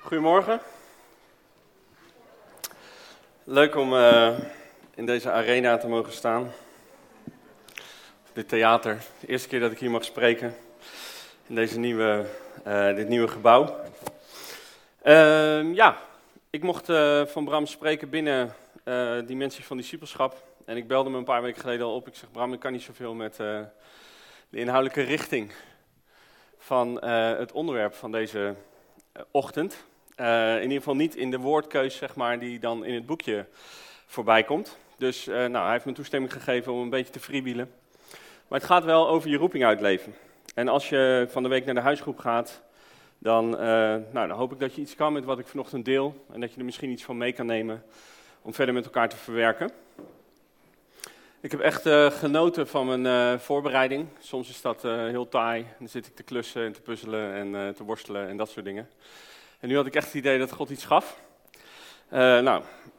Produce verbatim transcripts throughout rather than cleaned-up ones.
Goedemorgen. Leuk om uh, in deze arena te mogen staan. Dit theater. De eerste keer dat ik hier mag spreken. In deze nieuwe, uh, dit nieuwe gebouw. Uh, ja, ik mocht uh, van Bram spreken binnen uh, Dimensie van Discipelschap. En ik belde me een paar weken geleden al op. Ik zeg, Bram, ik kan niet zoveel met uh, de inhoudelijke richting van uh, het onderwerp van deze uh, ochtend. Uh, in ieder geval niet in de woordkeus, zeg maar, die dan in het boekje voorbij komt. Dus uh, nou, hij heeft me toestemming gegeven om een beetje te freewheelen. Maar het gaat wel over je roeping uitleven. En als je van de week naar de huisgroep gaat, dan, uh, nou, dan hoop ik dat je iets kan met wat ik vanochtend deel. En dat je er misschien iets van mee kan nemen om verder met elkaar te verwerken. Ik heb echt uh, genoten van mijn uh, voorbereiding. Soms is dat uh, heel taai. Dan zit ik te klussen en te puzzelen en uh, te worstelen en dat soort dingen. En nu had ik echt het idee dat God iets gaf. Uh, nou,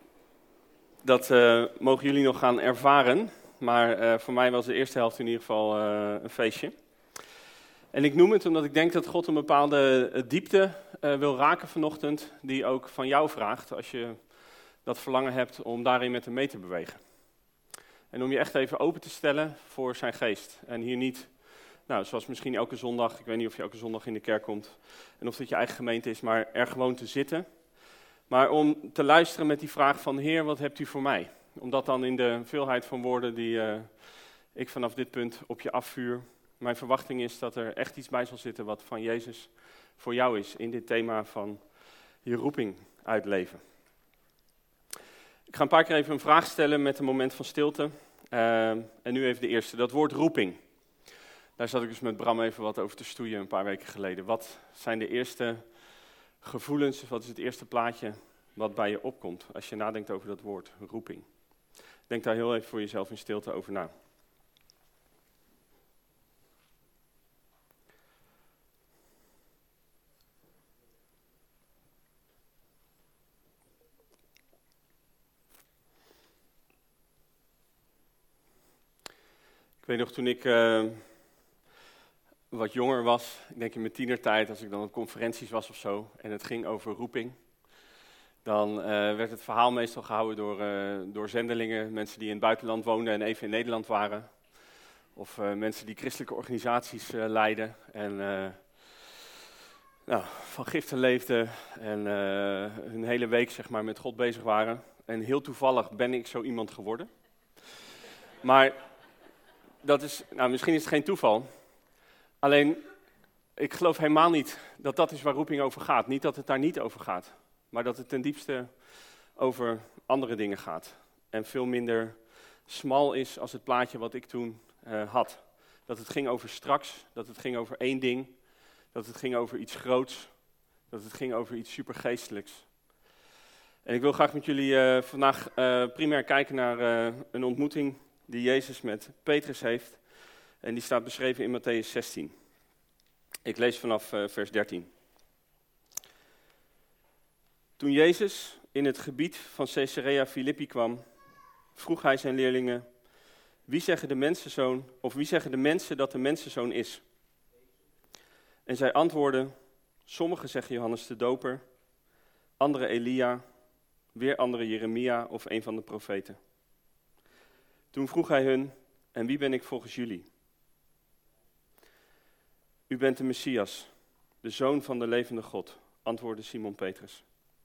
dat uh, mogen jullie nog gaan ervaren. Maar uh, voor mij was de eerste helft in ieder geval uh, een feestje. En ik noem het omdat ik denk dat God een bepaalde uh, diepte uh, wil raken vanochtend. Die ook van jou vraagt als je dat verlangen hebt om daarin met hem mee te bewegen. En om je echt even open te stellen voor zijn geest. En hier niet, nou, zoals misschien elke zondag, ik weet niet of je elke zondag in de kerk komt. En of het je eigen gemeente is, maar er gewoon te zitten. Maar om te luisteren met die vraag van, Heer, wat hebt u voor mij? Om dat dan in de veelheid van woorden die uh, ik vanaf dit punt op je afvuur. Mijn verwachting is dat er echt iets bij zal zitten wat van Jezus voor jou is. In dit thema van je roeping uitleven. Ik ga een paar keer even een vraag stellen met een moment van stilte. Uh, en nu even de eerste, dat woord roeping. Daar zat ik dus met Bram even wat over te stoeien een paar weken geleden. Wat zijn de eerste gevoelens, wat is het eerste plaatje wat bij je opkomt als je nadenkt over dat woord, roeping? Denk daar heel even voor jezelf in stilte over na. Ik weet nog, toen ik uh, wat jonger was, ik denk in mijn tienertijd, als ik dan op conferenties was of zo, en het ging over roeping, dan uh, werd het verhaal meestal gehouden door, uh, door zendelingen, mensen die in het buitenland woonden en even in Nederland waren, of uh, mensen die christelijke organisaties uh, leidden en uh, nou, van giften leefden en uh, hun hele week, zeg maar, met God bezig waren. En heel toevallig ben ik zo iemand geworden. Maar dat is, nou, misschien is het geen toeval. Alleen, ik geloof helemaal niet dat dat is waar roeping over gaat. Niet dat het daar niet over gaat. Maar dat het ten diepste over andere dingen gaat. En veel minder smal is als het plaatje wat ik toen uh, had. Dat het ging over straks. Dat het ging over één ding. Dat het ging over iets groots. Dat het ging over iets supergeestelijks. En ik wil graag met jullie uh, vandaag uh, primair kijken naar uh, een ontmoeting die Jezus met Petrus heeft. En die staat beschreven in Mattheüs zestien. Ik lees vanaf uh, vers dertien. Toen Jezus in het gebied van Caesarea Philippi kwam, vroeg hij zijn leerlingen: Wie zeggen de mensenzoon, of wie zeggen de mensen dat de mensenzoon is? En zij antwoordden: Sommigen zeggen Johannes de Doper, anderen Elia, weer anderen Jeremia of een van de profeten. Toen vroeg hij hun: En wie ben ik volgens jullie? U bent de Messias, de Zoon van de levende God, antwoordde Simon Petrus.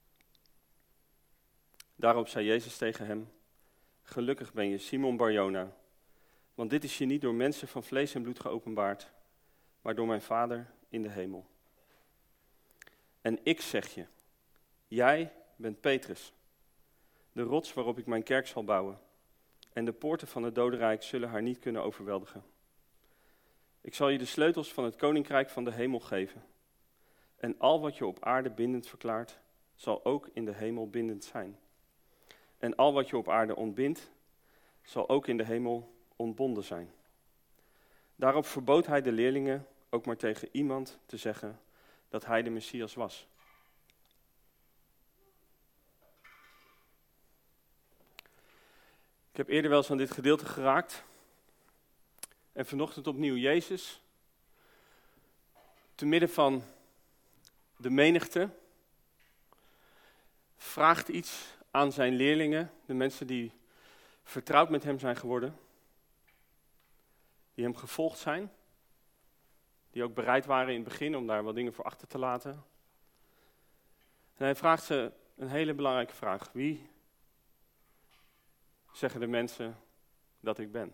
Daarop zei Jezus tegen hem: Gelukkig ben je, Simon Barjona, want dit is je niet door mensen van vlees en bloed geopenbaard, maar door mijn Vader in de hemel. En ik zeg je, jij bent Petrus, de rots waarop ik mijn kerk zal bouwen, en de poorten van het dodenrijk zullen haar niet kunnen overweldigen. Ik zal je de sleutels van het koninkrijk van de hemel geven. En al wat je op aarde bindend verklaart, zal ook in de hemel bindend zijn. En al wat je op aarde ontbindt, zal ook in de hemel ontbonden zijn. Daarop verbood hij de leerlingen ook maar tegen iemand te zeggen dat hij de Messias was. Ik heb eerder wel eens aan dit gedeelte geraakt. En vanochtend opnieuw Jezus, te midden van de menigte, vraagt iets aan zijn leerlingen, de mensen die vertrouwd met hem zijn geworden, die hem gevolgd zijn, die ook bereid waren in het begin om daar wat dingen voor achter te laten. En hij vraagt ze een hele belangrijke vraag. Wie zeggen de mensen dat ik ben?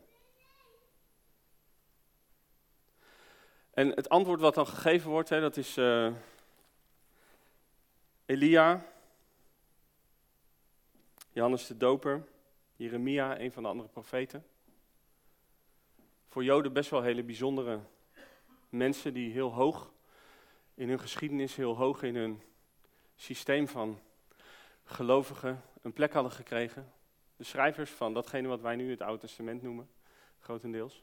En het antwoord wat dan gegeven wordt, hè, dat is uh, Elia, Johannes de Doper, Jeremia, een van de andere profeten. Voor Joden best wel hele bijzondere mensen die heel hoog in hun geschiedenis, heel hoog in hun systeem van gelovigen een plek hadden gekregen. De schrijvers van datgene wat wij nu het Oude Testament noemen, grotendeels.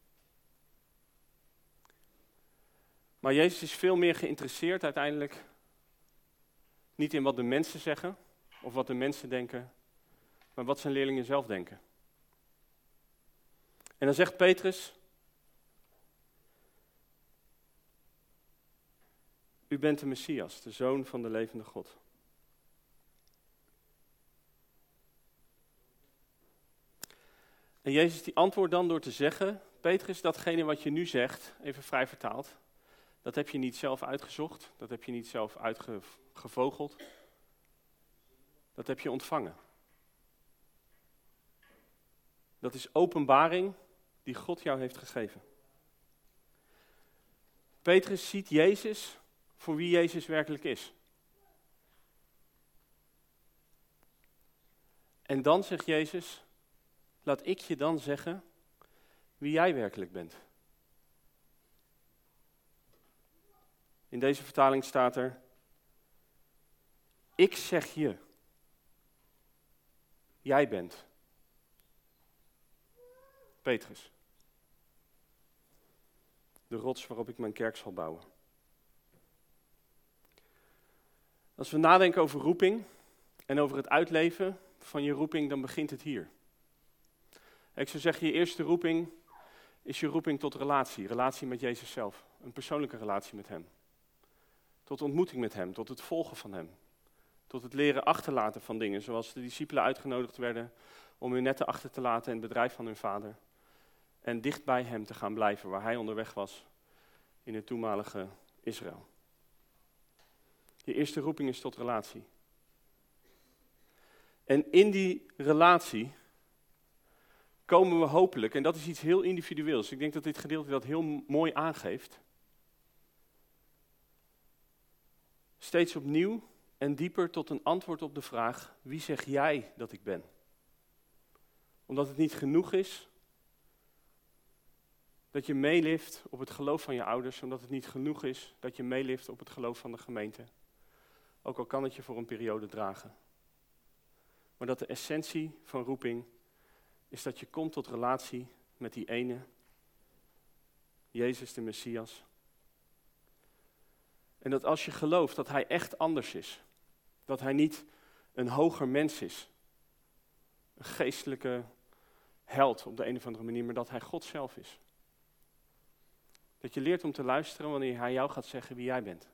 Maar Jezus is veel meer geïnteresseerd uiteindelijk niet in wat de mensen zeggen of wat de mensen denken, maar wat zijn leerlingen zelf denken. En dan zegt Petrus: U bent de Messias, de Zoon van de levende God. En Jezus die antwoordt dan door te zeggen: Petrus, datgene wat je nu zegt, even vrij vertaald, dat heb je niet zelf uitgezocht, dat heb je niet zelf uitgevogeld, dat heb je ontvangen. Dat is openbaring die God jou heeft gegeven. Petrus ziet Jezus voor wie Jezus werkelijk is. En dan zegt Jezus: laat ik je dan zeggen wie jij werkelijk bent. In deze vertaling staat er: ik zeg je, jij bent Petrus, de rots waarop ik mijn kerk zal bouwen. Als we nadenken over roeping en over het uitleven van je roeping, dan begint het hier. Ik zou zeggen, je eerste roeping is je roeping tot relatie. Relatie met Jezus zelf. Een persoonlijke relatie met hem. Tot ontmoeting met hem, tot het volgen van hem. Tot het leren achterlaten van dingen, zoals de discipelen uitgenodigd werden om hun netten achter te laten in het bedrijf van hun vader. En dicht bij hem te gaan blijven, waar hij onderweg was in het toenmalige Israël. Je eerste roeping is tot relatie. En in die relatie komen we hopelijk, en dat is iets heel individueels. Ik denk dat dit gedeelte dat heel mooi aangeeft. Steeds opnieuw en dieper tot een antwoord op de vraag: wie zeg jij dat ik ben? Omdat het niet genoeg is dat je meelift op het geloof van je ouders, omdat het niet genoeg is dat je meelift op het geloof van de gemeente. Ook al kan het je voor een periode dragen. Maar dat de essentie van roeping is dat je komt tot relatie met die ene, Jezus de Messias. En dat als je gelooft dat hij echt anders is, dat hij niet een hoger mens is, een geestelijke held op de een of andere manier, maar dat hij God zelf is. Dat je leert om te luisteren wanneer hij jou gaat zeggen wie jij bent.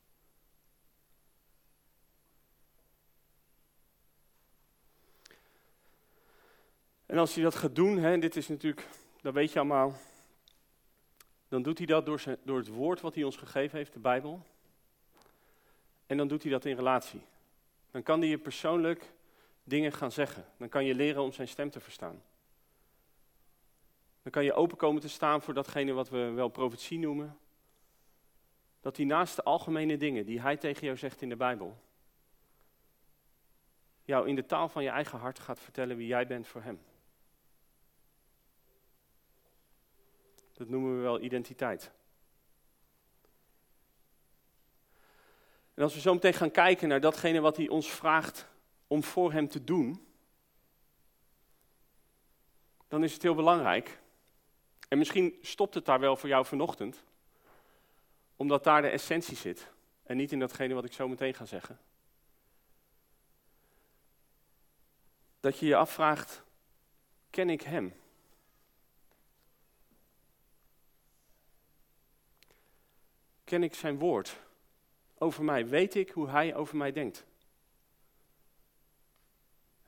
En als hij dat gaat doen, hè, dit is natuurlijk, dat weet je allemaal, dan doet hij dat door, zijn, door het woord wat hij ons gegeven heeft, de Bijbel. En dan doet hij dat in relatie. Dan kan hij je persoonlijk dingen gaan zeggen. Dan kan je leren om zijn stem te verstaan. Dan kan je open komen te staan voor datgene wat we wel profetie noemen. Dat hij naast de algemene dingen die hij tegen jou zegt in de Bijbel, jou in de taal van je eigen hart gaat vertellen wie jij bent voor hem. Dat noemen we wel identiteit. En als we zo meteen gaan kijken naar datgene wat hij ons vraagt om voor hem te doen, dan is het heel belangrijk. En misschien stopt het daar wel voor jou vanochtend, omdat daar de essentie zit en niet in datgene wat ik zo meteen ga zeggen. Dat je je afvraagt, ken ik hem? Ken ik zijn woord over mij? Weet ik hoe hij over mij denkt?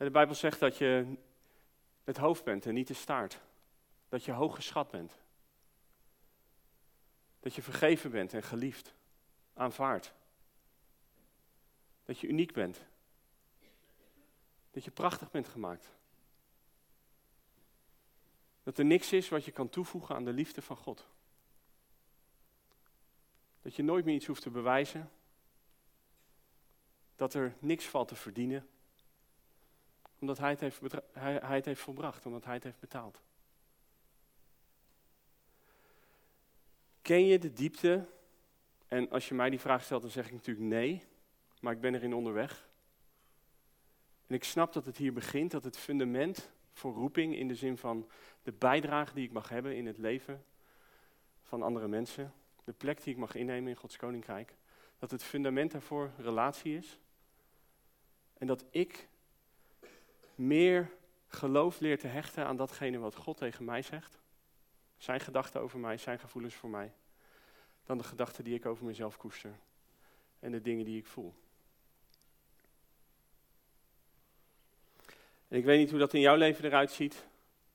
De Bijbel zegt dat je het hoofd bent en niet de staart. Dat je hoog geschat bent. Dat je vergeven bent en geliefd, aanvaard. Dat je uniek bent. Dat je prachtig bent gemaakt. Dat er niks is wat je kan toevoegen aan de liefde van God. Dat je nooit meer iets hoeft te bewijzen. Dat er niks valt te verdienen. Omdat hij het heeft, bedra- hij, hij het heeft volbracht, omdat hij het heeft betaald. Ken je de diepte? En als je mij die vraag stelt, dan zeg ik natuurlijk nee. Maar ik ben erin onderweg. En ik snap dat het hier begint, dat het fundament voor roeping, in de zin van de bijdrage die ik mag hebben in het leven van andere mensen, de plek die ik mag innemen in Gods Koninkrijk, dat het fundament daarvoor relatie is. En dat ik meer geloof leer te hechten aan datgene wat God tegen mij zegt. Zijn gedachten over mij, zijn gevoelens voor mij. Dan de gedachten die ik over mezelf koester. En de dingen die ik voel. En ik weet niet hoe dat in jouw leven eruit ziet.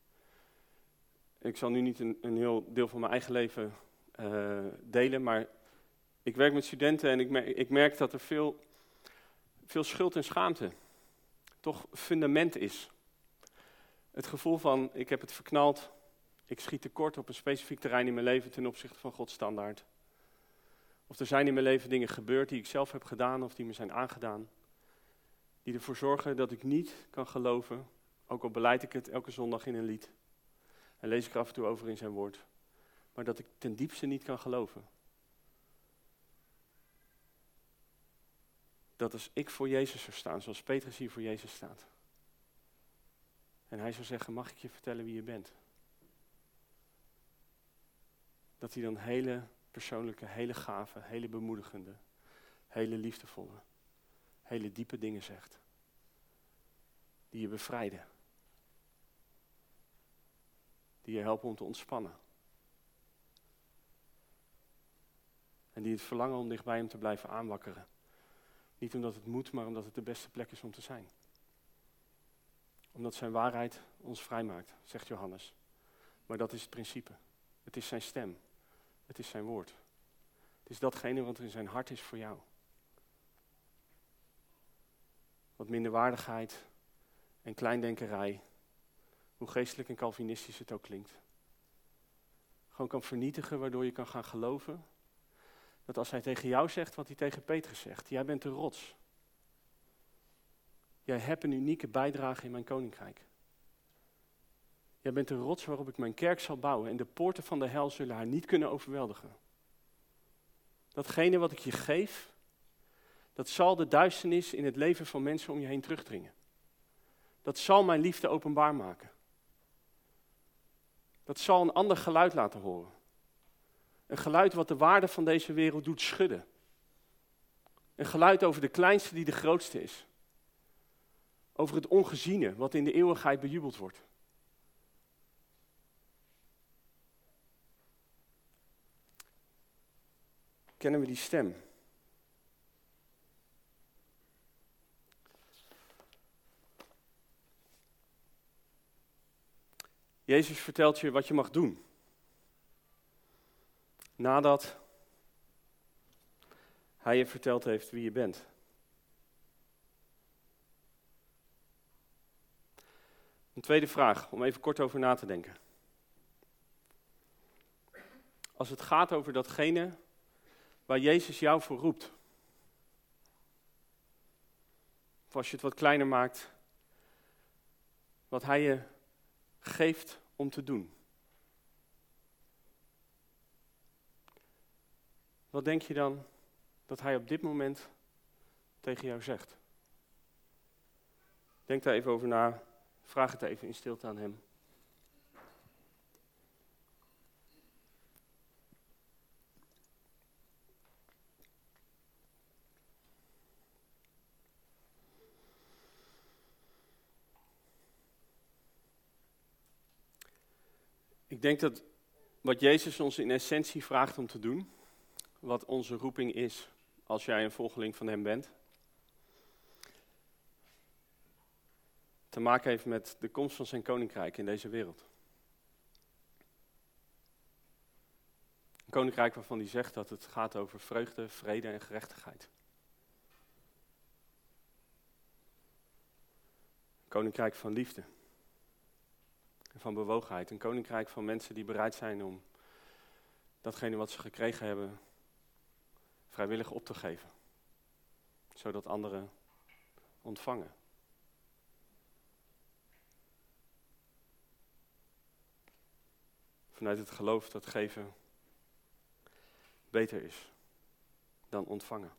Ik zal nu niet een, een heel deel van mijn eigen leven uh, delen, maar ik werk met studenten en ik merk, ik merk dat er veel, veel schuld en schaamte toch fundament is. Het gevoel van, ik heb het verknald, ik schiet tekort op een specifiek terrein in mijn leven ten opzichte van Gods standaard. Of er zijn in mijn leven dingen gebeurd die ik zelf heb gedaan of die me zijn aangedaan. Die ervoor zorgen dat ik niet kan geloven, ook al beleid ik het elke zondag in een lied. En lees ik er af en toe over in zijn woord. Maar dat ik ten diepste niet kan geloven. Dat als ik voor Jezus zou staan, zoals Petrus hier voor Jezus staat. En hij zou zeggen, mag ik je vertellen wie je bent? Dat hij dan hele persoonlijke, hele gave, hele bemoedigende, hele liefdevolle, hele diepe dingen zegt. Die je bevrijden. Die je helpen om te ontspannen. En die het verlangen om dicht bij hem te blijven aanwakkeren. Niet omdat het moet, maar omdat het de beste plek is om te zijn. Omdat zijn waarheid ons vrijmaakt, zegt Johannes. Maar dat is het principe. Het is zijn stem. Het is zijn woord. Het is datgene wat er in zijn hart is voor jou. Wat minderwaardigheid en kleindenkerij, hoe geestelijk en calvinistisch het ook klinkt, gewoon kan vernietigen, waardoor je kan gaan geloven dat als hij tegen jou zegt wat hij tegen Petrus zegt, jij bent de rots. Jij hebt een unieke bijdrage in mijn koninkrijk. Jij bent de rots waarop ik mijn kerk zal bouwen en de poorten van de hel zullen haar niet kunnen overweldigen. Datgene wat ik je geef, dat zal de duisternis in het leven van mensen om je heen terugdringen. Dat zal mijn liefde openbaar maken. Dat zal een ander geluid laten horen. Een geluid wat de waarde van deze wereld doet schudden. Een geluid over de kleinste die de grootste is. Over het ongeziene wat in de eeuwigheid bejubeld wordt. Kennen we die stem? Jezus vertelt je wat je mag doen. Nadat hij je verteld heeft wie je bent. Een tweede vraag, om even kort over na te denken. Als het gaat over datgene waar Jezus jou voor roept. Of als je het wat kleiner maakt, wat hij je geeft om te doen. Wat denk je dan dat hij op dit moment tegen jou zegt? Denk daar even over na. Vraag het even in stilte aan hem. Ik denk dat wat Jezus ons in essentie vraagt om te doen, wat onze roeping is als jij een volgeling van hem bent, te maken heeft met de komst van zijn koninkrijk in deze wereld. Een koninkrijk waarvan hij zegt dat het gaat over vreugde, vrede en gerechtigheid. Een koninkrijk van liefde en van bewogenheid. Een koninkrijk van mensen die bereid zijn om datgene wat ze gekregen hebben vrijwillig op te geven. Zodat anderen ontvangen. Vanuit het geloof dat geven beter is dan ontvangen.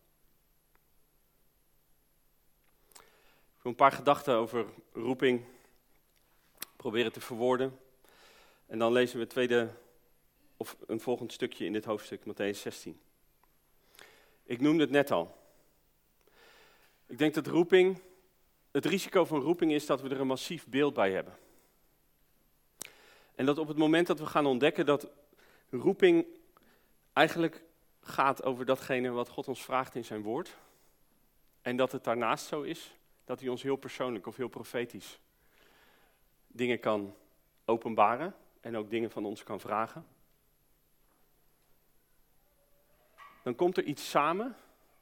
Ik wil een paar gedachten over roeping proberen te verwoorden. En dan lezen we het tweede, of een volgend stukje in dit hoofdstuk, Mattheüs zestien. Ik noemde het net al. Ik denk dat roeping, het risico van roeping is dat we er een massief beeld bij hebben. En dat op het moment dat we gaan ontdekken dat roeping eigenlijk gaat over datgene wat God ons vraagt in zijn woord. En dat het daarnaast zo is dat hij ons heel persoonlijk of heel profetisch dingen kan openbaren en ook dingen van ons kan vragen. Dan komt er iets samen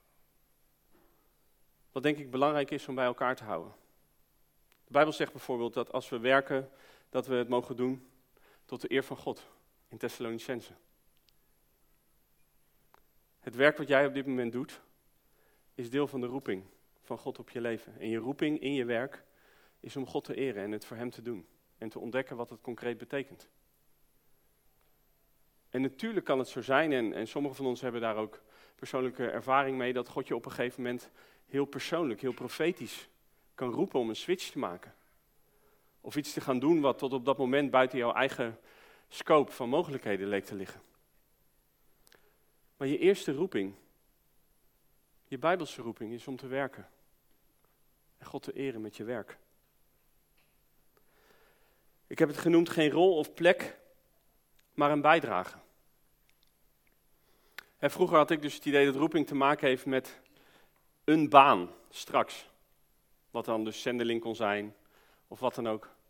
wat denk ik belangrijk is om bij elkaar te houden. De Bijbel zegt bijvoorbeeld dat als we werken, dat we het mogen doen tot de eer van God in Thessalonicense. Het werk wat jij op dit moment doet, is deel van de roeping van God op je leven. En je roeping in je werk is om God te eren en het voor hem te doen. En te ontdekken wat het concreet betekent. En natuurlijk kan het zo zijn, en, en sommigen van ons hebben daar ook persoonlijke ervaring mee, dat God je op een gegeven moment heel persoonlijk, heel profetisch kan roepen om een switch te maken. Of iets te gaan doen wat tot op dat moment buiten jouw eigen scope van mogelijkheden leek te liggen. Maar je eerste roeping, je Bijbelse roeping, is om te werken. En God te eren met je werk. Ik heb het genoemd geen rol of plek, maar een bijdrage. En vroeger had ik dus het idee dat roeping te maken heeft met een baan, straks. Wat dan dus zendeling kon zijn, of wat dan ook.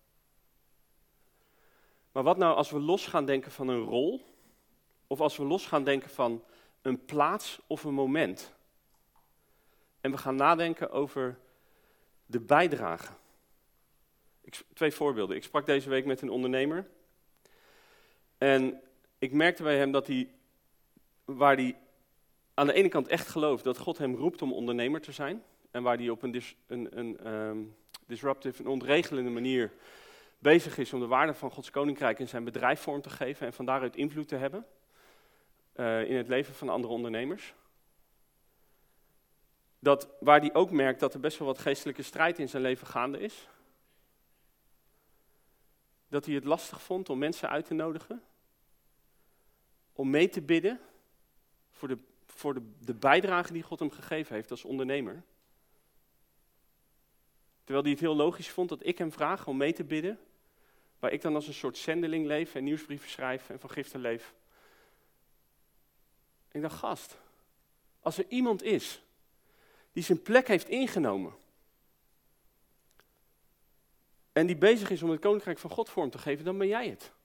Maar wat nou als we los gaan denken van een rol, of als we los gaan denken van een plaats of een moment. En we gaan nadenken over de bijdrage. Ik, twee voorbeelden. Ik sprak deze week met een ondernemer. En ik merkte bij hem dat hij, waar hij aan de ene kant echt gelooft dat God hem roept om ondernemer te zijn. En waar hij op een, dis, een, een um, disruptive, een ontregelende manier bezig is om de waarde van Gods koninkrijk in zijn bedrijf vorm te geven. En van daaruit invloed te hebben uh, in het leven van andere ondernemers. Dat, waar hij ook merkt dat er best wel wat geestelijke strijd in zijn leven gaande is. Dat hij het lastig vond om mensen uit te nodigen. Om mee te bidden voor de, voor de, de bijdrage die God hem gegeven heeft als ondernemer. Terwijl hij het heel logisch vond dat ik hem vraag om mee te bidden. Waar ik dan als een soort zendeling leef en nieuwsbrieven schrijf en van giften leef. En ik dacht, gast, als er iemand is die zijn plek heeft ingenomen. En die bezig is om het koninkrijk van God vorm te geven, dan ben jij het.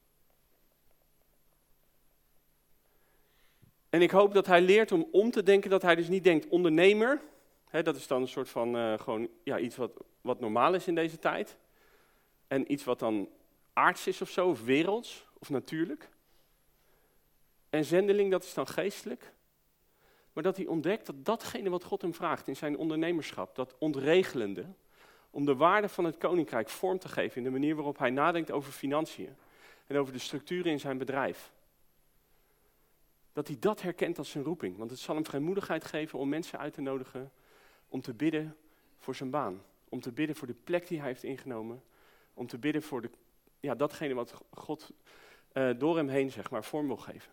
En ik hoop dat hij leert om om te denken, dat hij dus niet denkt ondernemer. Hè, dat is dan een soort van uh, gewoon ja, iets wat, wat normaal is in deze tijd. En iets wat dan aards is of zo, of werelds, of natuurlijk. En zendeling, dat is dan geestelijk. Maar dat hij ontdekt dat datgene wat God hem vraagt in zijn ondernemerschap, dat ontregelende, om de waarde van het koninkrijk vorm te geven in de manier waarop hij nadenkt over financiën en over de structuren in zijn bedrijf. Dat hij dat herkent als zijn roeping, want het zal hem vrijmoedigheid geven om mensen uit te nodigen om te bidden voor zijn baan. Om te bidden voor de plek die hij heeft ingenomen. Om te bidden voor de, ja, datgene wat God uh, door hem heen zeg maar, vorm wil geven.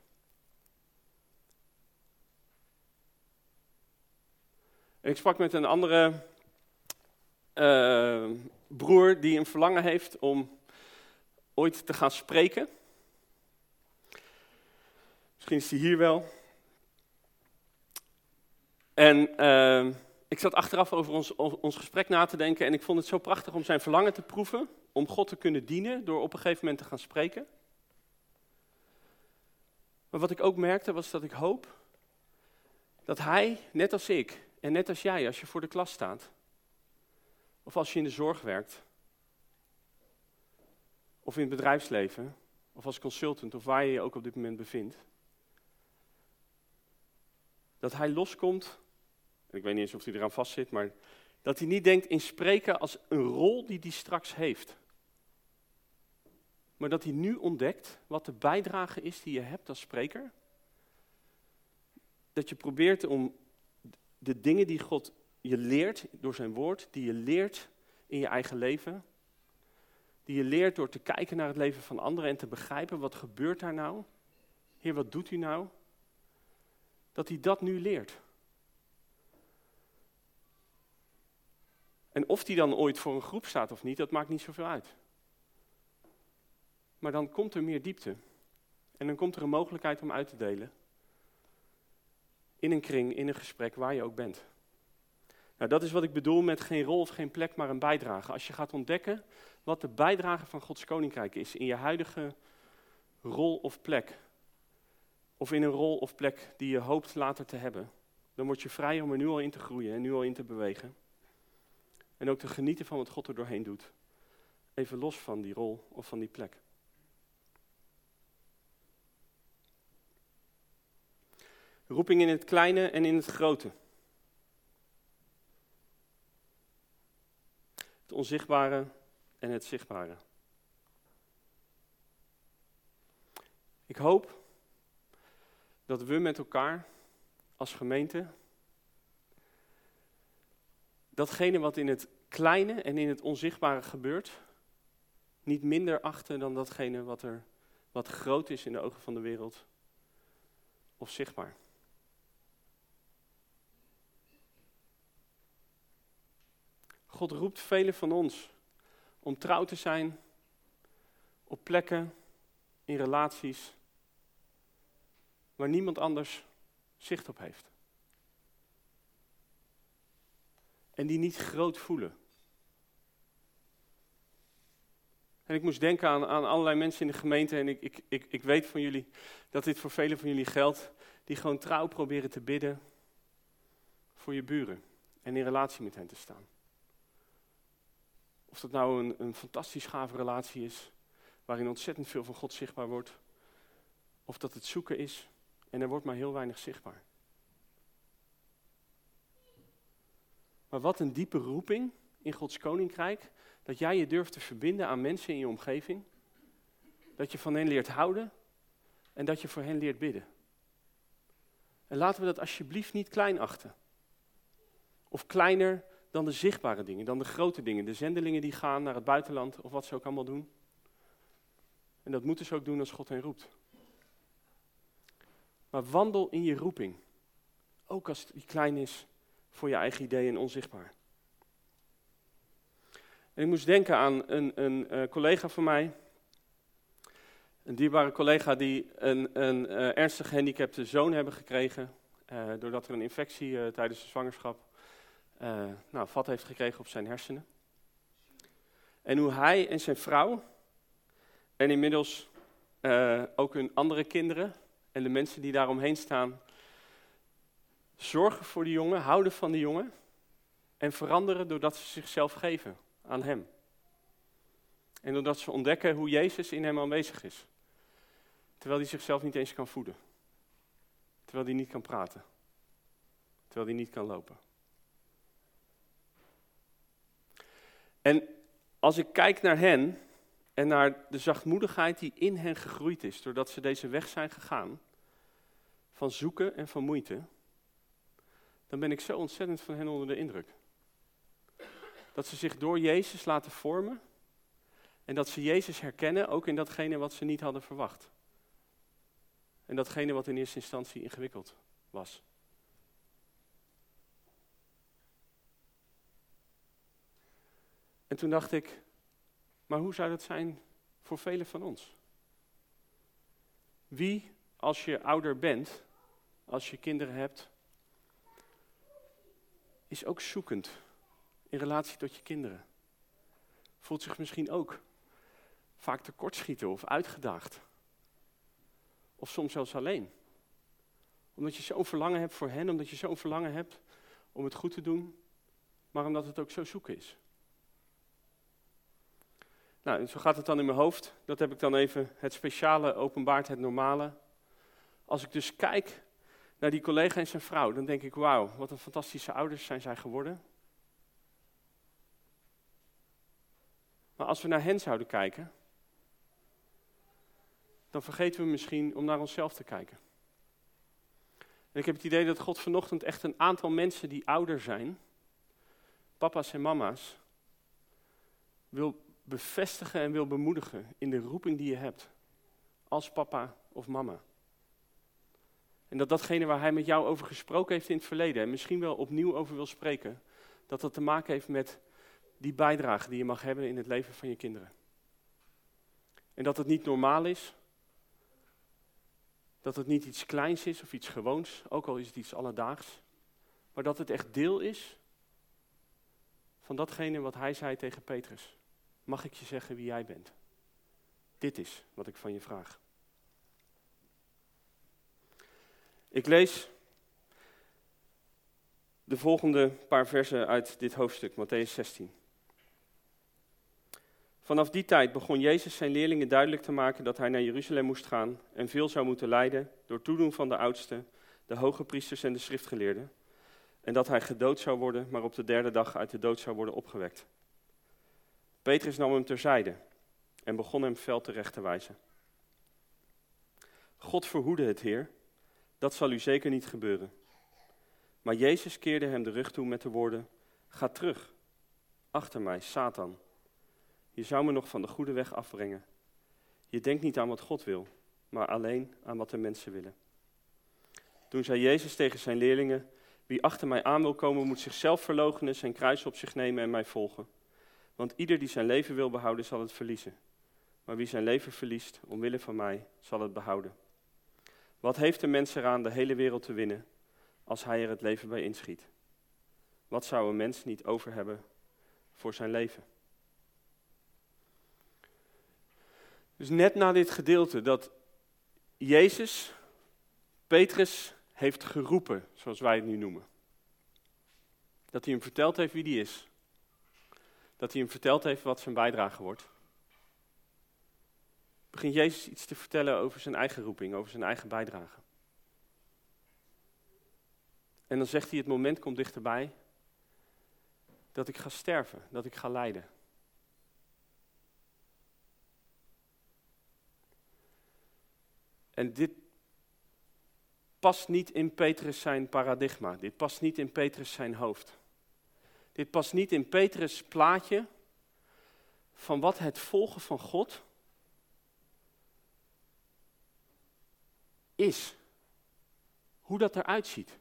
En ik sprak met een andere uh, broer die een verlangen heeft om ooit te gaan spreken. Misschien is hij hier wel. En uh, Ik zat achteraf over ons, ons gesprek na te denken en ik vond het zo prachtig om zijn verlangen te proeven, om God te kunnen dienen door op een gegeven moment te gaan spreken. Maar wat ik ook merkte was dat ik hoop dat hij, net als ik en net als jij, als je voor de klas staat, of als je in de zorg werkt, of in het bedrijfsleven, of als consultant, of waar je je ook op dit moment bevindt, dat hij loskomt, en ik weet niet eens of hij eraan vastzit, maar dat hij niet denkt in spreken als een rol die hij straks heeft. Maar dat hij nu ontdekt wat de bijdrage is die je hebt als spreker. Dat je probeert om de dingen die God je leert door zijn woord, die je leert in je eigen leven, die je leert door te kijken naar het leven van anderen en te begrijpen wat gebeurt daar nou. Heer, wat doet u nou? Dat hij dat nu leert. En of hij dan ooit voor een groep staat of niet, dat maakt niet zoveel uit. Maar dan komt er meer diepte. En dan komt er een mogelijkheid om uit te delen. In een kring, in een gesprek, waar je ook bent. Nou, dat is wat ik bedoel met geen rol of geen plek, maar een bijdrage. Als je gaat ontdekken wat de bijdrage van Gods Koninkrijk is in je huidige rol of plek, of in een rol of plek die je hoopt later te hebben, dan word je vrij om er nu al in te groeien en nu al in te bewegen. En ook te genieten van wat God er doorheen doet. Even los van die rol of van die plek. Roeping in het kleine en in het grote. Het onzichtbare en het zichtbare. Ik hoop dat we met elkaar als gemeente datgene wat in het kleine en in het onzichtbare gebeurt, niet minder achten dan datgene wat er wat groot is in de ogen van de wereld of zichtbaar. God roept velen van ons om trouw te zijn op plekken, in relaties, waar niemand anders zicht op heeft. En die niet groot voelen. En ik moest denken aan, aan allerlei mensen in de gemeente en ik, ik, ik, ik weet van jullie dat dit voor velen van jullie geldt, die gewoon trouw proberen te bidden voor je buren en in relatie met hen te staan. Of dat nou een, een fantastisch gave relatie is, waarin ontzettend veel van God zichtbaar wordt, of dat het zoeken is en er wordt maar heel weinig zichtbaar. Maar wat een diepe roeping in Gods Koninkrijk, dat jij je durft te verbinden aan mensen in je omgeving, dat je van hen leert houden en dat je voor hen leert bidden. En laten we dat alsjeblieft niet klein achten. Of kleiner dan de zichtbare dingen, dan de grote dingen, de zendelingen die gaan naar het buitenland of wat ze ook allemaal doen. En dat moeten ze ook doen als God hen roept. Maar wandel in je roeping, ook als die klein is voor je eigen ideeën en onzichtbaar. En ik moest denken aan een, een uh, collega van mij, een dierbare collega die een, een uh, ernstig gehandicapte zoon hebben gekregen, uh, doordat er een infectie uh, tijdens de zwangerschap uh, nou, vat heeft gekregen op zijn hersenen. En hoe hij en zijn vrouw, en inmiddels uh, ook hun andere kinderen en de mensen die daaromheen staan, zorgen voor die jongen, houden van die jongen en veranderen doordat ze zichzelf geven aan hem. En doordat ze ontdekken hoe Jezus in hem aanwezig is. Terwijl hij zichzelf niet eens kan voeden. Terwijl hij niet kan praten. Terwijl hij niet kan lopen. En als ik kijk naar hen en naar de zachtmoedigheid die in hen gegroeid is, doordat ze deze weg zijn gegaan, van zoeken en van moeite, dan ben ik zo ontzettend van hen onder de indruk. Dat ze zich door Jezus laten vormen en dat ze Jezus herkennen, ook in datgene wat ze niet hadden verwacht. En datgene wat in eerste instantie ingewikkeld was. En toen dacht ik, maar hoe zou dat zijn voor velen van ons? Wie, als je ouder bent, als je kinderen hebt, is ook zoekend in relatie tot je kinderen. Voelt zich misschien ook vaak tekortschieten of uitgedaagd. Of soms zelfs alleen. Omdat je zo'n verlangen hebt voor hen, omdat je zo'n verlangen hebt om het goed te doen, maar omdat het ook zo zoeken is. Nou, zo gaat het dan in mijn hoofd. Dat heb ik dan even, het speciale openbaart het normale. Als ik dus kijk naar die collega en zijn vrouw, dan denk ik, wauw, wat een fantastische ouders zijn zij geworden. Maar als we naar hen zouden kijken, dan vergeten we misschien om naar onszelf te kijken. En ik heb het idee dat God vanochtend echt een aantal mensen die ouder zijn, papa's en mama's, wil bevestigen en wil bemoedigen in de roeping die je hebt, als papa of mama. En dat datgene waar hij met jou over gesproken heeft in het verleden, en misschien wel opnieuw over wil spreken, dat dat te maken heeft met die bijdrage die je mag hebben in het leven van je kinderen. En dat het niet normaal is, dat het niet iets kleins is of iets gewoons, ook al is het iets alledaags, maar dat het echt deel is van datgene wat hij zei tegen Petrus. Mag ik je zeggen wie jij bent? Dit is wat ik van je vraag. Ik lees de volgende paar versen uit dit hoofdstuk, Mattheüs zestien. Vanaf die tijd begon Jezus zijn leerlingen duidelijk te maken dat hij naar Jeruzalem moest gaan en veel zou moeten lijden door toedoen van de oudsten, de hoge priesters en de schriftgeleerden, en dat hij gedood zou worden, maar op de derde dag uit de dood zou worden opgewekt. Petrus nam hem terzijde en begon hem fel terecht te wijzen. God verhoede het, Heer, dat zal u zeker niet gebeuren. Maar Jezus keerde hem de rug toe met de woorden, ga terug, achter mij, Satan. Je zou me nog van de goede weg afbrengen. Je denkt niet aan wat God wil, maar alleen aan wat de mensen willen. Toen zei Jezus tegen zijn leerlingen, wie achter mij aan wil komen moet zichzelf verloochenen, zijn kruis op zich nemen en mij volgen. Want ieder die zijn leven wil behouden zal het verliezen. Maar wie zijn leven verliest omwille van mij zal het behouden. Wat heeft de mens eraan de hele wereld te winnen als hij er het leven bij inschiet? Wat zou een mens niet over hebben voor zijn leven? Dus net na dit gedeelte dat Jezus Petrus heeft geroepen, zoals wij het nu noemen. Dat hij hem verteld heeft wie die is. Dat hij hem verteld heeft wat zijn bijdrage wordt. Begint Jezus iets te vertellen over zijn eigen roeping, over zijn eigen bijdrage. En dan zegt hij, het moment komt dichterbij dat ik ga sterven, dat ik ga lijden. En dit past niet in Petrus zijn paradigma, dit past niet in Petrus zijn hoofd. Dit past niet in Petrus' plaatje van wat het volgen van God is. Hoe dat eruit ziet.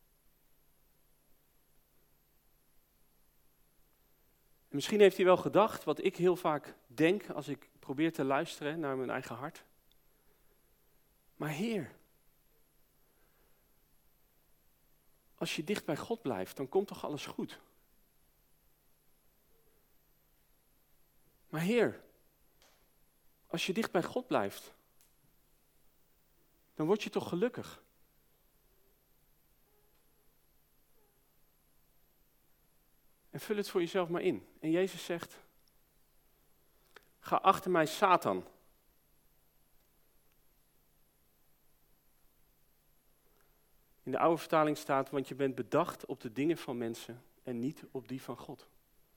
En misschien heeft hij wel gedacht, wat ik heel vaak denk als ik probeer te luisteren naar mijn eigen hart. Maar Heer, als je dicht bij God blijft, dan komt toch alles goed? Maar Heer, als je dicht bij God blijft, dan word je toch gelukkig? En vul het voor jezelf maar in. En Jezus zegt, ga achter mij, Satan. In de oude vertaling staat, want je bent bedacht op de dingen van mensen en niet op die van God.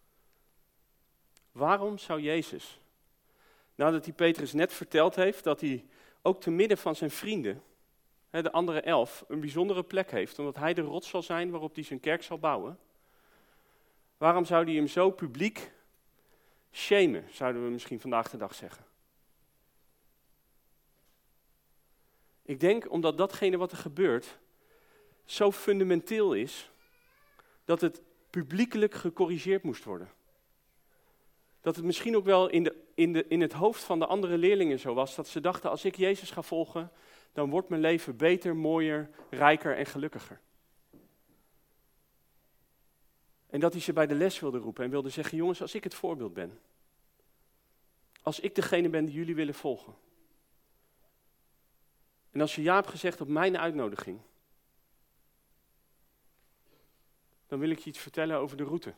Waarom zou Jezus, nadat hij Petrus net verteld heeft dat hij ook te midden van zijn vrienden, de andere elf, een bijzondere plek heeft, omdat hij de rots zal zijn waarop hij zijn kerk zal bouwen, waarom zou hij hem zo publiek shamen, zouden we misschien vandaag de dag zeggen? Ik denk omdat datgene wat er gebeurt zo fundamenteel is, dat het publiekelijk gecorrigeerd moest worden. Dat het misschien ook wel in, de, in, de, in het hoofd van de andere leerlingen zo was, dat ze dachten, als ik Jezus ga volgen, dan wordt mijn leven beter, mooier, rijker en gelukkiger. En dat hij ze bij de les wilde roepen en wilde zeggen, jongens, als ik het voorbeeld ben. Als ik degene ben die jullie willen volgen. En als je ja hebt gezegd op mijn uitnodiging. Dan wil ik je iets vertellen over de route.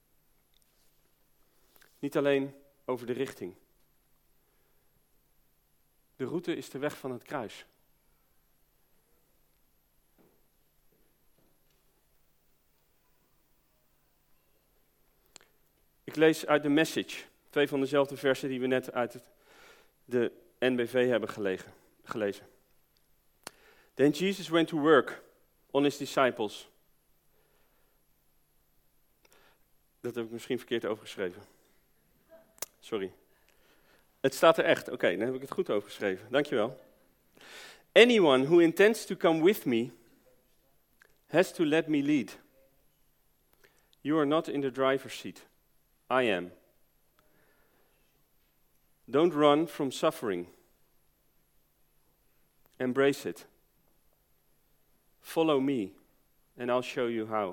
Niet alleen over de richting. De route is de weg van het kruis. Ik lees uit de Message, twee van dezelfde versen die we net uit het, de N B V hebben gelegen, gelezen. Then Jesus went to work on his disciples. Dat heb ik misschien verkeerd overgeschreven. Sorry. Het staat er echt. Oké, okay, dan heb ik het goed overgeschreven. Dankjewel. Anyone who intends to come with me has to let me lead. You are not in the driver's seat. I am. Don't run from suffering. Embrace it. Follow me, and I'll show you how.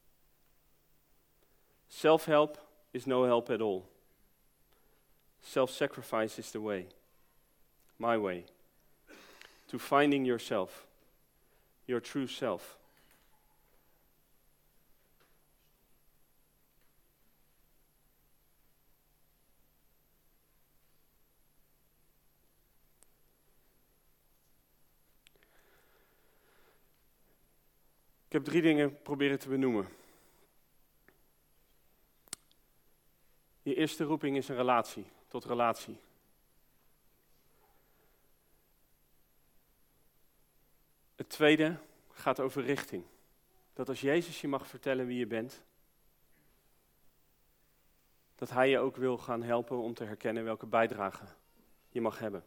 Self-help is no help at all. Self-sacrifice is the way. My way. To finding yourself. Your true self. Ik heb drie dingen proberen te benoemen. Je eerste roeping is een relatie, tot relatie. Het tweede gaat over richting. Dat als Jezus je mag vertellen wie je bent, dat Hij je ook wil gaan helpen om te herkennen welke bijdrage je mag hebben.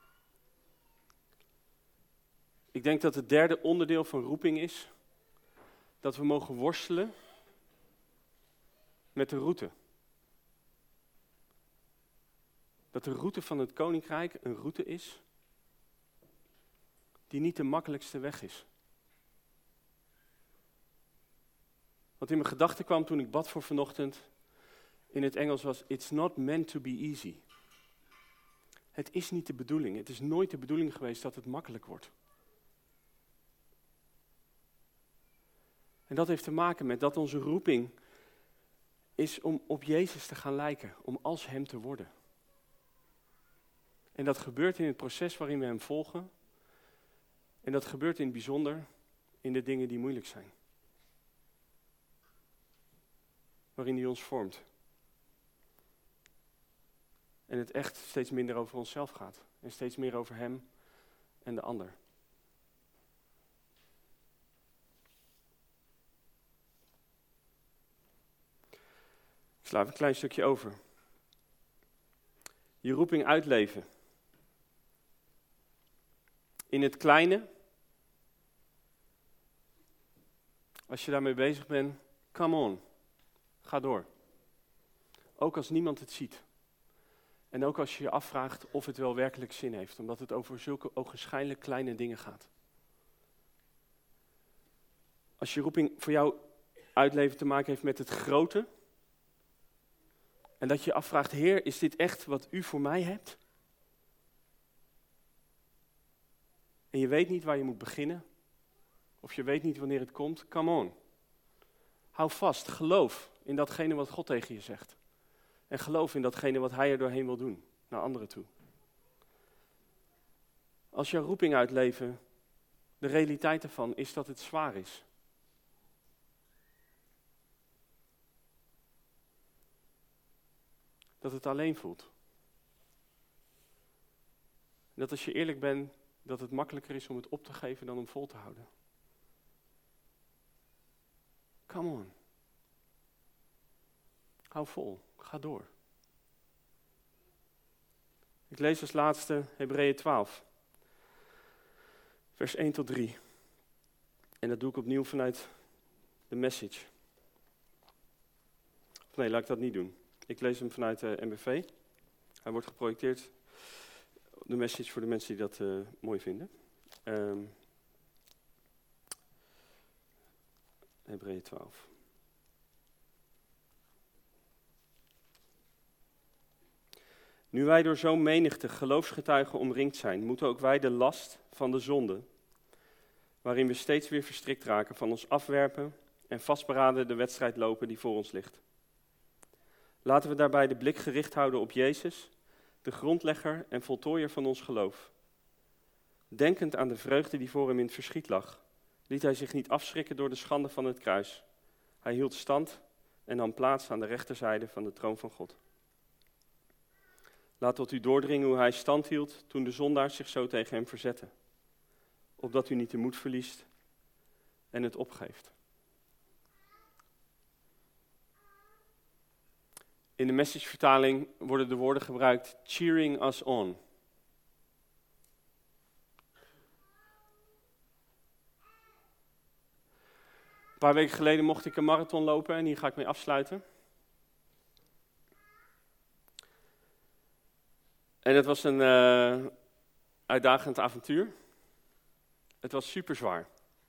Ik denk dat het derde onderdeel van roeping is, dat we mogen worstelen met de route. Dat de route van het koninkrijk een route is die niet de makkelijkste weg is. Wat in mijn gedachten kwam toen ik bad voor vanochtend in het Engels was, it's not meant to be easy. Het is niet de bedoeling, het is nooit de bedoeling geweest dat het makkelijk wordt. En dat heeft te maken met dat onze roeping is om op Jezus te gaan lijken, om als Hem te worden. En dat gebeurt in het proces waarin we Hem volgen. En dat gebeurt in het bijzonder in de dingen die moeilijk zijn. Waarin Hij ons vormt. En het echt steeds minder over onszelf gaat. En steeds meer over Hem en de ander. Ik sla even een klein stukje over. Je roeping uitleven. In het kleine. Als je daarmee bezig bent, come on. Ga door. Ook als niemand het ziet. En ook als je je afvraagt of het wel werkelijk zin heeft. Omdat het over zulke ogenschijnlijk kleine dingen gaat. Als je roeping voor jou uitleven te maken heeft met het grote. En dat je je afvraagt, Heer, is dit echt wat u voor mij hebt? En je weet niet waar je moet beginnen. Of je weet niet wanneer het komt. Come on. Hou vast, geloof in datgene wat God tegen je zegt. En geloof in datgene wat Hij er doorheen wil doen, naar anderen toe. Als jouw roeping uitleven, de realiteit ervan is dat het zwaar is. Dat het alleen voelt. Dat als je eerlijk bent, dat het makkelijker is om het op te geven dan om vol te houden. Come on. Hou vol, ga door. Ik lees als laatste Hebreeën twaalf. Vers één tot drie. En dat doe ik opnieuw vanuit de Message. Of nee, laat ik dat niet doen. Ik lees hem vanuit de N B V. Hij wordt geprojecteerd. De Message voor de mensen die dat uh, mooi vinden. Um, Hebreeën twaalf. Nu wij door zo'n menigte geloofsgetuigen omringd zijn, moeten ook wij de last van de zonde, waarin we steeds weer verstrikt raken, van ons afwerpen en vastberaden de wedstrijd lopen die voor ons ligt. Laten we daarbij de blik gericht houden op Jezus, de grondlegger en voltooier van ons geloof. Denkend aan de vreugde die voor hem in het verschiet lag, liet hij zich niet afschrikken door de schande van het kruis. Hij hield stand en nam plaats aan de rechterzijde van de troon van God. Laat tot u doordringen hoe hij stand hield toen de zondaars zich zo tegen hem verzetten, opdat u niet de moed verliest en het opgeeft. In de Message-vertaling worden de woorden gebruikt, cheering us on. Een paar weken geleden mocht ik een marathon lopen en hier ga ik mee afsluiten. En het was een uh, uitdagend avontuur. Het was super zwaar.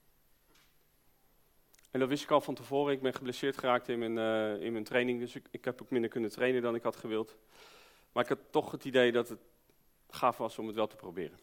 En dat wist ik al van tevoren. Ik ben geblesseerd geraakt in mijn, uh, in mijn training, dus ik, ik heb ook minder kunnen trainen dan ik had gewild. Maar ik had toch het idee dat het gaaf was om het wel te proberen.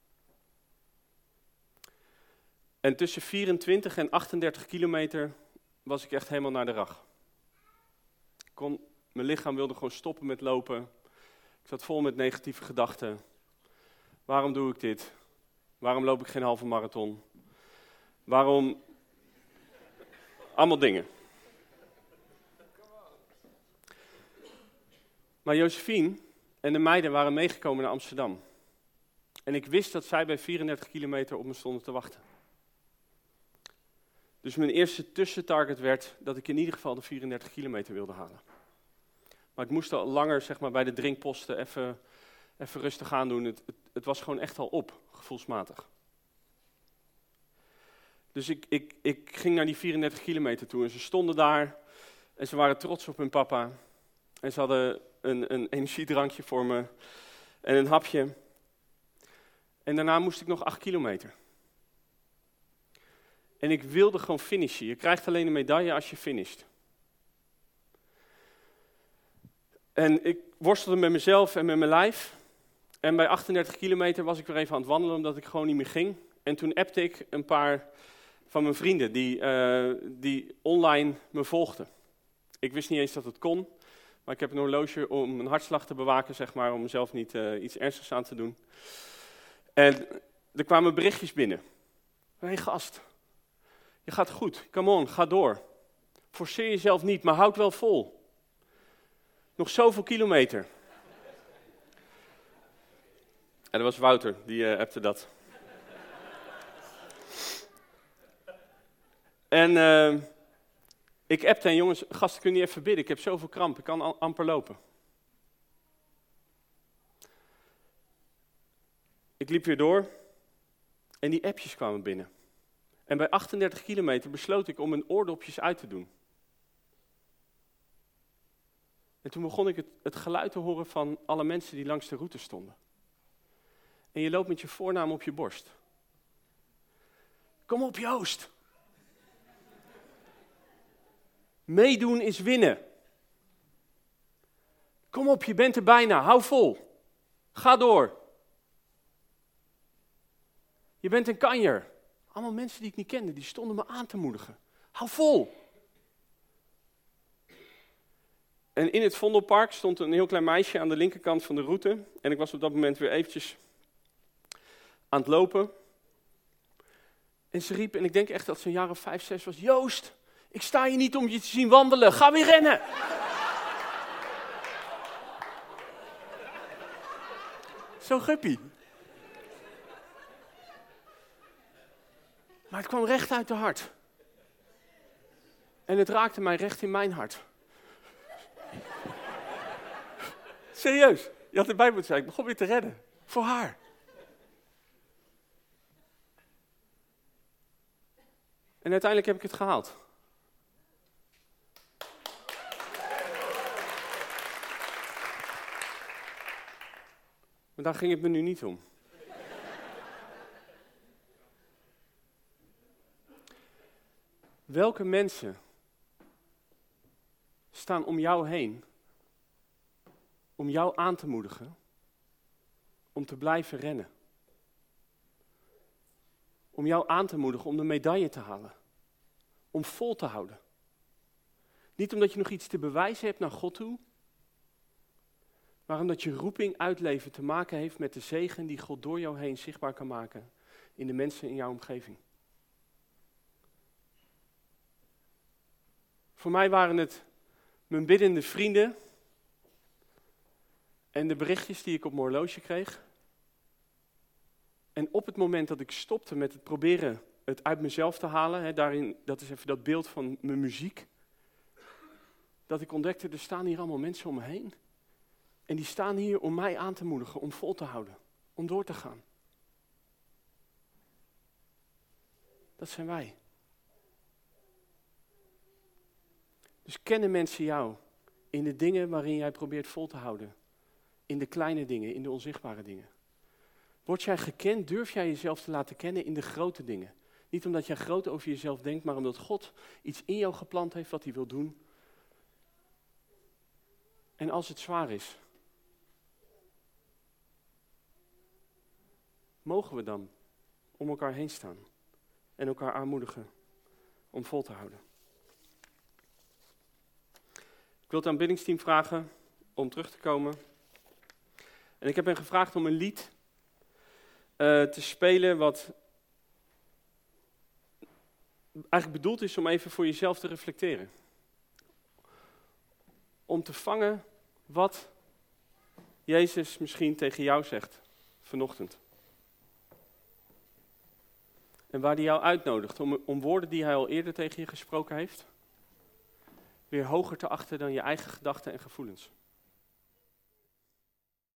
En tussen vierentwintig en achtendertig kilometer was ik echt helemaal naar de rag. Ik kon, mijn lichaam wilde gewoon stoppen met lopen. Ik zat vol met negatieve gedachten. Waarom doe ik dit? Waarom loop ik geen halve marathon? Waarom... Allemaal dingen. Maar Josephine en de meiden waren meegekomen naar Amsterdam. En ik wist dat zij bij vierendertig kilometer op me stonden te wachten. Dus mijn eerste tussentarget werd dat ik in ieder geval de vierendertig kilometer wilde halen. Maar ik moest al langer zeg maar, bij de drinkposten even, even rustig aan doen. Het, het, het was gewoon echt al op, gevoelsmatig. Dus ik, ik, ik ging naar die vierendertig kilometer toe en ze stonden daar en ze waren trots op hun papa. En ze hadden een, een energiedrankje voor me en een hapje. En daarna moest ik nog acht kilometer. En ik wilde gewoon finishen. Je krijgt alleen een medaille als je finisht. En ik worstelde met mezelf en met mijn lijf. En bij achtendertig kilometer was ik weer even aan het wandelen omdat ik gewoon niet meer ging. En toen appte ik een paar van mijn vrienden die, uh, die online me volgden. Ik wist niet eens dat het kon, maar ik heb een horloge om mijn hartslag te bewaken, zeg maar, om mezelf niet uh, iets ernstigs aan te doen. En er kwamen berichtjes binnen. Hé hey, gast, je gaat goed, come on, ga door. Forceer jezelf niet, maar houd wel vol. Nog zoveel kilometer. En dat was Wouter, die uh, appte dat. En uh, ik appte en jongens, gasten, kun je even bidden? Ik heb zoveel kramp, ik kan amper lopen. Ik liep weer door en die appjes kwamen binnen. En bij achtendertig kilometer besloot ik om mijn oordopjes uit te doen. En toen begon ik het, het geluid te horen van alle mensen die langs de route stonden. En je loopt met je voornaam op je borst. Kom op Joost! Meedoen is winnen. Kom op, je bent er bijna, hou vol. Ga door. Je bent een kanjer. Allemaal mensen die ik niet kende, die stonden me aan te moedigen. Hou vol. En in het Vondelpark stond een heel klein meisje aan de linkerkant van de route. En ik was op dat moment weer eventjes aan het lopen. En ze riep, en ik denk echt dat ze een jaar of vijf, zes was. Joost, ik sta hier niet om je te zien wandelen. Ga weer rennen. Zo guppie. Maar het kwam recht uit de hart. En het raakte mij recht in mijn hart. Serieus, je had erbij moeten zijn. Ik begon weer te redden. Voor haar. En uiteindelijk heb ik het gehaald. Maar daar ging het me nu niet om. Welke mensen staan om jou heen om jou aan te moedigen om te blijven rennen. Om jou aan te moedigen om de medaille te halen. Om vol te houden. Niet omdat je nog iets te bewijzen hebt naar God toe, maar omdat je roeping uitleven te maken heeft met de zegen die God door jou heen zichtbaar kan maken in de mensen in jouw omgeving. Voor mij waren het mijn biddende vrienden en de berichtjes die ik op mijn horloge kreeg. En op het moment dat ik stopte met het proberen het uit mezelf te halen, hè, daarin, dat is even dat beeld van mijn muziek, dat ik ontdekte, er staan hier allemaal mensen om me heen. En die staan hier om mij aan te moedigen, om vol te houden, om door te gaan. Dat zijn wij. Dus kennen mensen jou in de dingen waarin jij probeert vol te houden. In de kleine dingen, in de onzichtbare dingen. Word jij gekend, durf jij jezelf te laten kennen in de grote dingen. Niet omdat jij groot over jezelf denkt, maar omdat God iets in jou geplant heeft wat hij wil doen. En als het zwaar is, mogen we dan om elkaar heen staan en elkaar aanmoedigen om vol te houden. Ik wil het aanbiddingsteam vragen om terug te komen. En ik heb hen gevraagd om een lied uh, te spelen wat eigenlijk bedoeld is om even voor jezelf te reflecteren. Om te vangen wat Jezus misschien tegen jou zegt vanochtend. En waar hij jou uitnodigt om, om woorden die hij al eerder tegen je gesproken heeft, weer hoger te achten dan je eigen gedachten en gevoelens.